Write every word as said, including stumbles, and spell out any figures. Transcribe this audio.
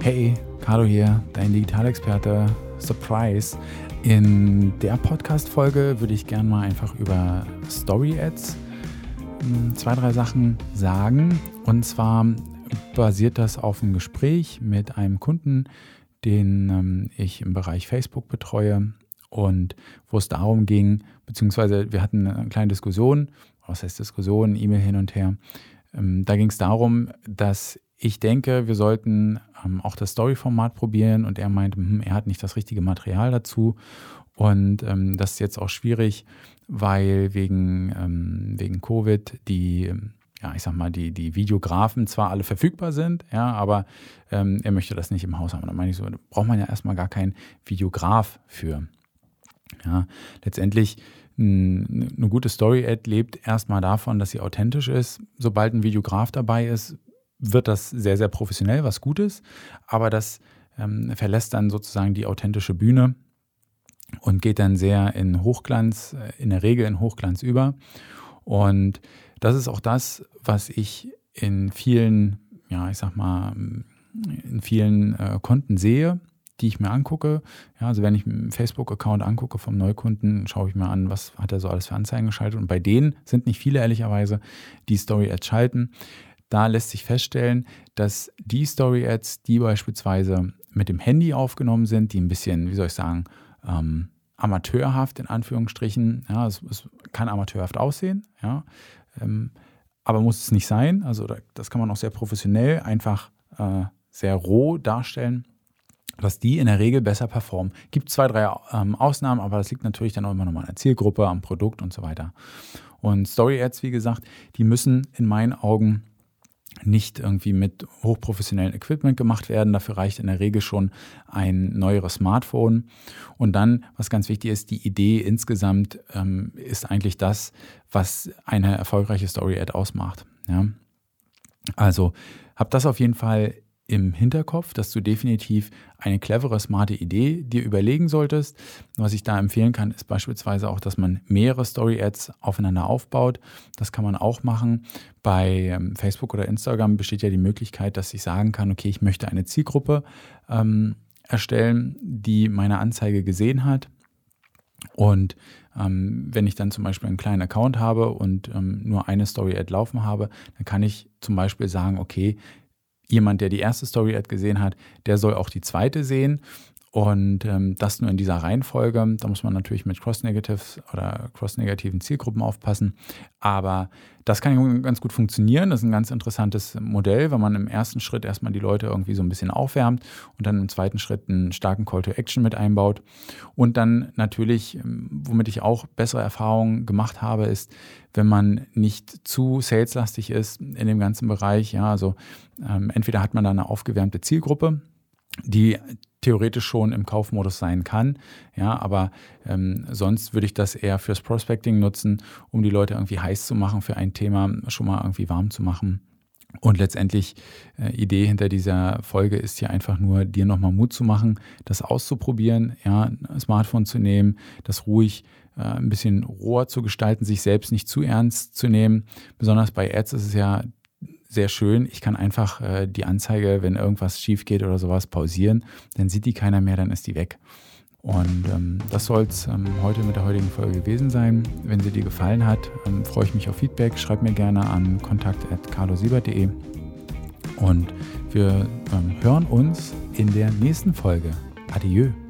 Hey, Carlo hier, dein Digitalexperte. Surprise! In der Podcast-Folge würde ich gerne mal einfach über Story-Ads zwei, drei Sachen sagen. Und zwar basiert das auf einem Gespräch mit einem Kunden, den ähm, ich im Bereich Facebook betreue und wo es darum ging, beziehungsweise wir hatten eine kleine Diskussion, was heißt Diskussion, E-Mail hin und her. Ähm, da ging es darum, dass ich denke, wir sollten ähm, auch das Story-Format probieren und er meinte, hm, er hat nicht das richtige Material dazu und ähm, das ist jetzt auch schwierig, weil wegen, ähm, wegen Covid die, ja, ich sag mal, die, die Videografen zwar alle verfügbar sind, ja, aber ähm, er möchte das nicht im Haus haben. Und da meine ich so, da braucht man ja erstmal gar keinen Videograf für. Ja, letztendlich eine gute Story-Ad lebt erstmal davon, dass sie authentisch ist. Sobald ein Videograf dabei ist, wird das sehr, sehr professionell, was gut ist, aber das ähm, verlässt dann sozusagen die authentische Bühne und geht dann sehr in Hochglanz, in der Regel in Hochglanz über. Und das ist auch das, was ich in vielen, ja, ich sag mal, in vielen äh, Konten sehe, die ich mir angucke. Ja, also wenn ich einen Facebook-Account angucke vom Neukunden, schaue ich mir an, was hat er so alles für Anzeigen geschaltet. Und bei denen sind nicht viele, ehrlicherweise, die Story-Ads schalten. Da lässt sich feststellen, dass die Story-Ads, die beispielsweise mit dem Handy aufgenommen sind, die ein bisschen, wie soll ich sagen, ähm, amateurhaft in Anführungsstrichen, ja, es, es kann amateurhaft aussehen, ja, ähm, aber muss es nicht sein. Also das kann man auch sehr professionell, einfach äh, sehr roh darstellen, dass die in der Regel besser performen. Gibt zwei, drei ähm, Ausnahmen, aber das liegt natürlich dann auch immer noch mal an der Zielgruppe, am Produkt und so weiter. Und Story-Ads, wie gesagt, die müssen in meinen Augen nicht irgendwie mit hochprofessionellem Equipment gemacht werden. Dafür reicht in der Regel schon ein neueres Smartphone. Und dann, was ganz wichtig ist, die Idee insgesamt ähm, ist eigentlich das, was eine erfolgreiche Story-Ad ausmacht. Ja? Also hab das auf jeden Fall im Hinterkopf, dass du definitiv eine clevere, smarte Idee dir überlegen solltest. Was ich da empfehlen kann, ist beispielsweise auch, dass man mehrere Story-Ads aufeinander aufbaut. Das kann man auch machen. Bei Facebook oder Instagram besteht ja die Möglichkeit, dass ich sagen kann, okay, ich möchte eine Zielgruppe ähm, erstellen, die meine Anzeige gesehen hat. Und ähm, wenn ich dann zum Beispiel einen kleinen Account habe und ähm, nur eine Story-Ad laufen habe, dann kann ich zum Beispiel sagen, okay, jemand, der die erste Story-Ad gesehen hat, der soll auch die zweite sehen und ähm, das nur in dieser Reihenfolge. Da muss man natürlich mit Cross-Negatives oder cross-negativen Zielgruppen aufpassen, aber das kann ganz gut funktionieren. Das ist ein ganz interessantes Modell, wenn man im ersten Schritt erstmal die Leute irgendwie so ein bisschen aufwärmt und dann im zweiten Schritt einen starken Call to Action mit einbaut. Und dann natürlich, womit ich auch bessere Erfahrungen gemacht habe, ist, wenn man nicht zu saleslastig ist in dem ganzen Bereich. Ja, also ähm, entweder hat man da eine aufgewärmte Zielgruppe, die theoretisch schon im Kaufmodus sein kann, ja, aber ähm, sonst würde ich das eher fürs Prospecting nutzen, um die Leute irgendwie heiß zu machen für ein Thema, schon mal irgendwie warm zu machen. Und letztendlich äh, Idee hinter dieser Folge ist hier einfach nur, dir nochmal Mut zu machen, das auszuprobieren, ja, ein Smartphone zu nehmen, das ruhig äh, ein bisschen roher zu gestalten, sich selbst nicht zu ernst zu nehmen. Besonders bei Ads ist es ja sehr schön. Ich kann einfach äh, die Anzeige, wenn irgendwas schief geht oder sowas, pausieren. Dann sieht die keiner mehr, dann ist die weg. Und ähm, das soll es ähm, heute mit der heutigen Folge gewesen sein. Wenn sie dir gefallen hat, ähm, freue ich mich auf Feedback. Schreib mir gerne an kontakt at carlo siebert punkt de und wir ähm, hören uns in der nächsten Folge. Adieu.